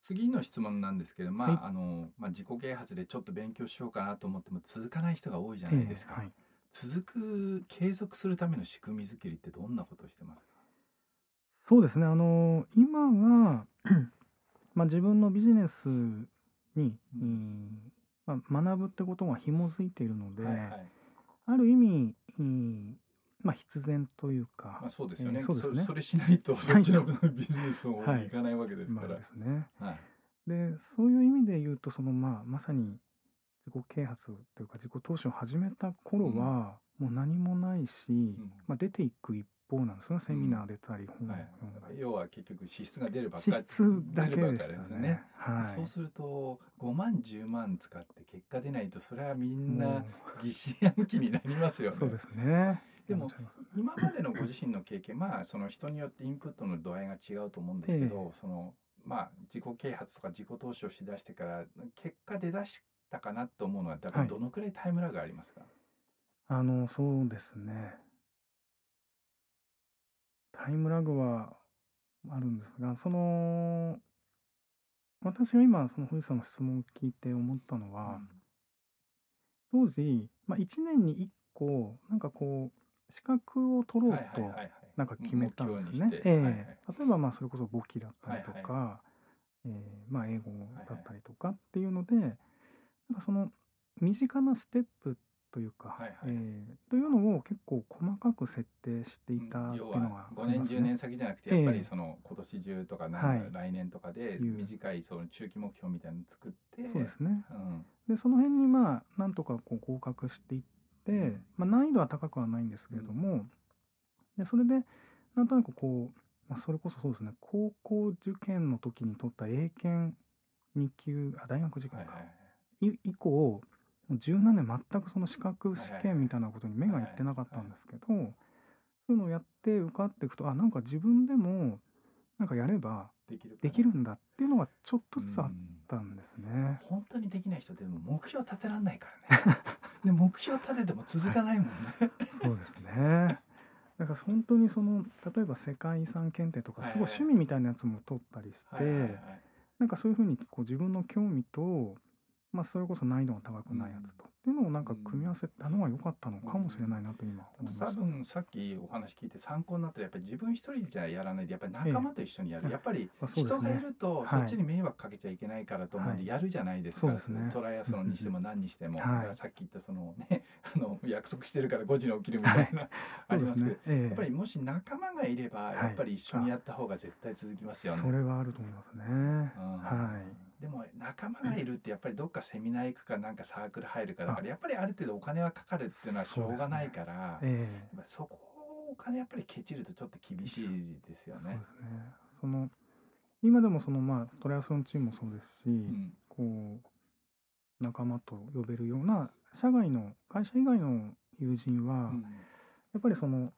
次の質問なんですけど、 はい。 自己啓発でちょっと勉強しようかなと思っても続かない人が多いじゃないですか。 はい。 継続するための仕組み作りってどんなことをしてますか？ そうですね。今は、自分のビジネスに、 うん。 学ぶってことが紐づいているので、 はいはい。 ある意味、必然というか、 そうですよね。 そうですね。 それしないとそっないと。 ちのビジネスの方はい。 に行かないわけですかまあら。 ですね。 はい。 で、そういう意味で言うと、まさに自己啓発というか、自己投資を始めたうん。 頃は、もう何もないし、 うん。 出ていく一方なんですよね。セミナうん。 ー出たり、本をはい。 読んだり。 要は結局支出が支出だけでし出るばっかりでたね。 すよね。ではい。 そうすると5万10万使って結果出ないとそれはみんなも疑心暗鬼になりますよそうね。 ですね。 でもやめちゃいます。 今までのご自身の経験、その人によってインプットの度合いが違うと思うんですけど、 ええ。 自己啓発とか自己投資をしだしてから結果出だしたかなと思うのは、だからはい。 どのくらいタイムラグありますか？ そうですね。タイムラグはあるんですが、私が今、古市さんの質問を聞いて思ったのは、 うん。 当時、1年に1個、資格を取ろはいうと、 はいはいはい。 決め目たんですね。 標にして、はいはい。 例えば、それこそ簿記だったりはいはい。 とか、英語だっはいはい。 たりとかっていうので、身近なステップというか、 はいはい。 というのを結構細かく設定していうん、 たっ要はていうのがあり 5年10 ますね。 年先じゃなくてやっぱりええ、 その今年中とかはい、 来年とかでいう、 短いその中期目標みたいなの作って、 そうですね。 うん、 で、その辺になんとか合格していって、 うん、 難易度は高くはないんですけうん、 れども、で、それで、なんとなくそれこそそうですね、高校受験の時に取った英検2級、大学受験か。 はいはいはい以降、もう十何年全くその資格試はいはいはい験みたいなことに目がいっはいてなかっはいたんですけど、そういうのをやって受かっていくと、なんか自分でも、やればできるかな。 できるんだっていうのがちょっうとずつあっん。 たんですでもね。 本当にできない人ってでも目標立てらんないからね。で目標立てても続はい、 かないもんね。 そうですね。だから本当に例えば世界遺産検定とか、すごいはいはい趣味みたいなやつも取ったりしはいはいはて、 い。 そういうふうに自分の興味と、それこそ難易度が高くないやうんつとっていうのを組み合うんわせたのは良かったのうかもしれないん。 なと今あと思いました。 多分さっきお話聞いて参考になったらやっぱり自分一人じゃやらないでやっぱりええ。 仲間と一緒にやる。やっぱりそうですね。 人がいるとそっはい。 ちに迷惑かけちゃいけないからと思うんではい。 やるじゃないですか。 そうですね。 トライアスロンにしても何にしても。だからはい。 さっき言ったそのね、約束してるから5時に起きるみたはい。 いなありますけど、 そうですね。 やっぱりもし仲間がいればやはい。 っぱり一緒にやった方が絶対続きますよね。 それはあると思いますね。 うはい。 ん。でも仲間がいるってやっぱりどっかセミナー行くかなんかサークル入るかだあ、 からやっぱりある程度お金はかかるっていうのはしそうですね。 ょうがないから、 ええ。 そこをお金やっぱりケチるとちょっと厳しいですよね。 そうですね。今でもトライアスロンチームもそうですし、 うん。 仲間と呼べるような会社以外の友人は、 うん。 やっぱり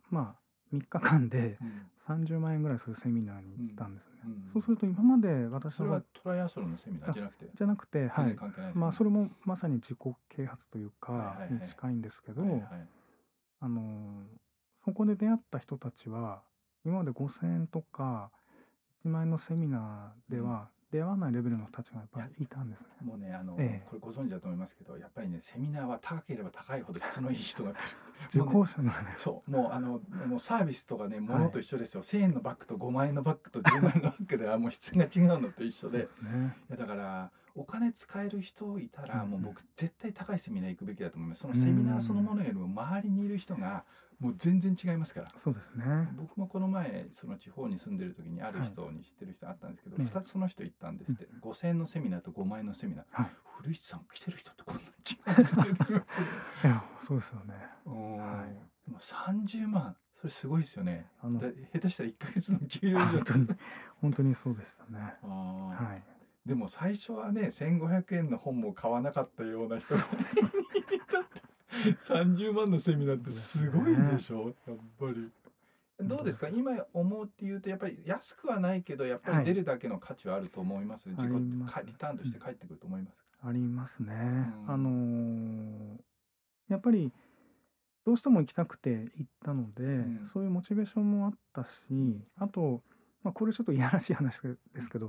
3日間でうん。 30万円ぐらいするセミナーに行っうん。 たんですね。 うん。 そうすると今まで私の場合、 それはトライアスロンのセミナーあ、 じゃなくて、 じゃなくて、 全然はい。 関係ないセミナー。 それもまさに自己啓発というはいか、 はいはい。 に近いんですけど、 はいはい。 あの、そこで出会った人たちは、今まで5000円とか1万円のセミナーうん。 では出会わないレベルの人たちがやっいや、 ぱりいたんですね。 もうね、 ええ。 これご存知だと思いますけど、やっぱりね、セミナーは高ければ高いほど質のいい人が来る。 受もうね、 講者のね、 そう、もうサービスとかね、ものはい。 と一緒ですよ。1000円のバッグと5万円のバッグと10万円のバッグではもう質が違うのと一緒で。 そうですね。 いや、だから、お金使える人いたら、 うんもう僕絶対高いセミナー行くべきだと思います。そのうん。 セミナーそのものよりも周りにいる人がもう全然違いますから。 そうですね。 僕もこの前その地方に住んでる時にあるはい。 人に知ってる人あったんですけど、 え 2つその人行ったんでうん。 すって。5000円のセミナーと5万円のセミナー。 はい。 古市さん来てる人ってこんなに違うんですねって言いましたけど。 いや、そうですよね。 うーはい。 ん。でも30万、それすごいですよね。 あの、 下手したら1ヶ月の給料以上。 本当にそうでしたね。 ああ。 はい。 でも最初はね、1500円の本も買わなかったような人がだって30万のセミナーって本当ですすごいでね。 しょ、やっぱり。どうですか、 本当です。 今思うっていうと、やっぱり安くはないけど、やっぱりはい。 出るだけの価値はあると思います。 あります。 リターンとうん。 して返ってくると思いますか？ ありますうね。 ん。 やっぱりどうしても行きたくて行ったので、 うん。 そういうモチベーションもあったし、 うん。 あと、これちょっといやらしい話ですけど、や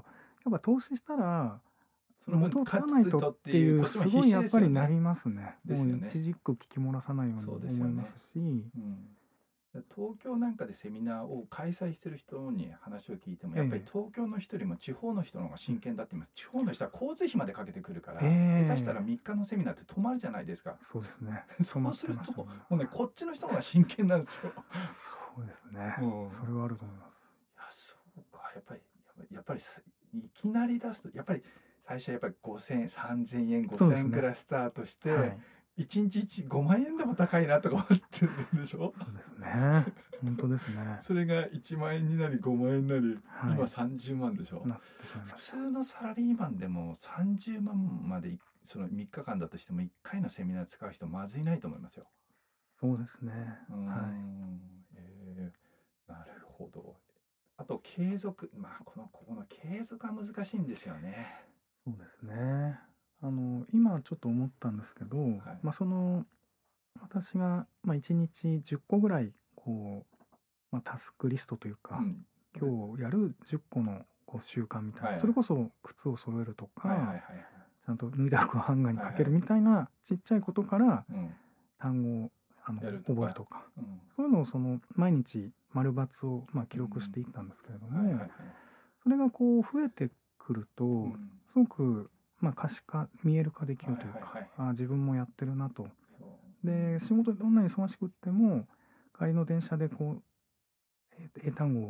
やっぱ投資したらその分元を取勝らないとつとってっていういうこっちもすごいやっ必死ですよぱりなりね。 ますね。もうですよね。 一軸聞き漏らさないようにそうです思いますよね。 し、 東京なんかでセミナーを開催してる人に話を聞いても、 えやっぱりえ、 東京の人よりも地方の人の方がうん、 真剣だって言います。地方の人は交通費までかけてくるかえら、下手したらえ、 3日のセミナーって止まるじゃないですか。 そうですね。 そ止まっうすると、 てましたね。 もうね、こっちの人の方が真剣なんですよ。 そうですね。 うん。 それはあると思います。 いや、そうか、やっぱりいきなり出すと、やっぱり最初はやっぱり5000円、3000円、 そうで 5000 すね。 円からスタートしはて、 い。 1日5万円でも高いなとか思ってるんでしょ。 そうですね。本当ですね。 それが1万円になり5万円になり、今はい。 30万でしょ。 なってしまい普ました。 通のサラリーマンでも30万までその3日間だとしても1回のセミナー使う人まずいないと思いますよ。 そうですね。 うーはい。 ん、なるほど。あと継続、ここの継続は難しいんですよね。 そうですね。今ちょっと思ったんですけど、 はい。 私が、1日10個ぐらい、タスクリストというか、今日やる10個の習慣みたいな、 はいはいそれこそ靴を揃えるとか、 はいはいはいちゃんと脱いだ服をハンガーにかけるはいみたいなちっちゃいことからうん、 単語をやるとか、 覚えるとか、 うん、 そういうのを毎日丸×を記録していったんですけれども、 はいはいはい、 それが増えてくると、すごく可視化、見える化できるというか、 はいはいはい、 自分もやってるなと。 そうで、仕事でどんなに忙しくっても、帰りの電車で英単語を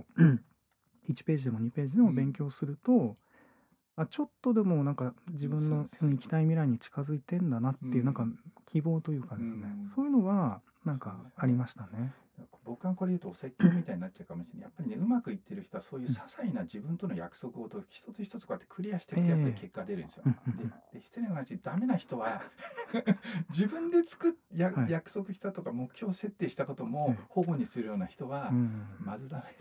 1ページでも2ページでも勉強すると、ちょっとでもなんか自分の行きたい未来に近づいてんだなっていう、なんか希望というかですね、そういうのはなんかありましたね。 僕がこれ言うとお説教みたいになっちゃうかもしれない。やっぱりね、うまくいってる人はそういう些細な自分との約束を一つ一つこうやってクリアしていくとやっぱり結果が出るんですよ。で失礼な話、ダメな人は自分で約束したとか目標設定したことも保護にするような人はまずダメです。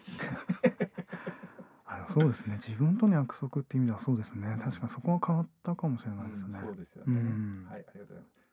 そうですね。自分との約束っていう意味ではそうですね。確かにそこは変わったかもしれないですね。 そうですよね。はい、ありがとうございます。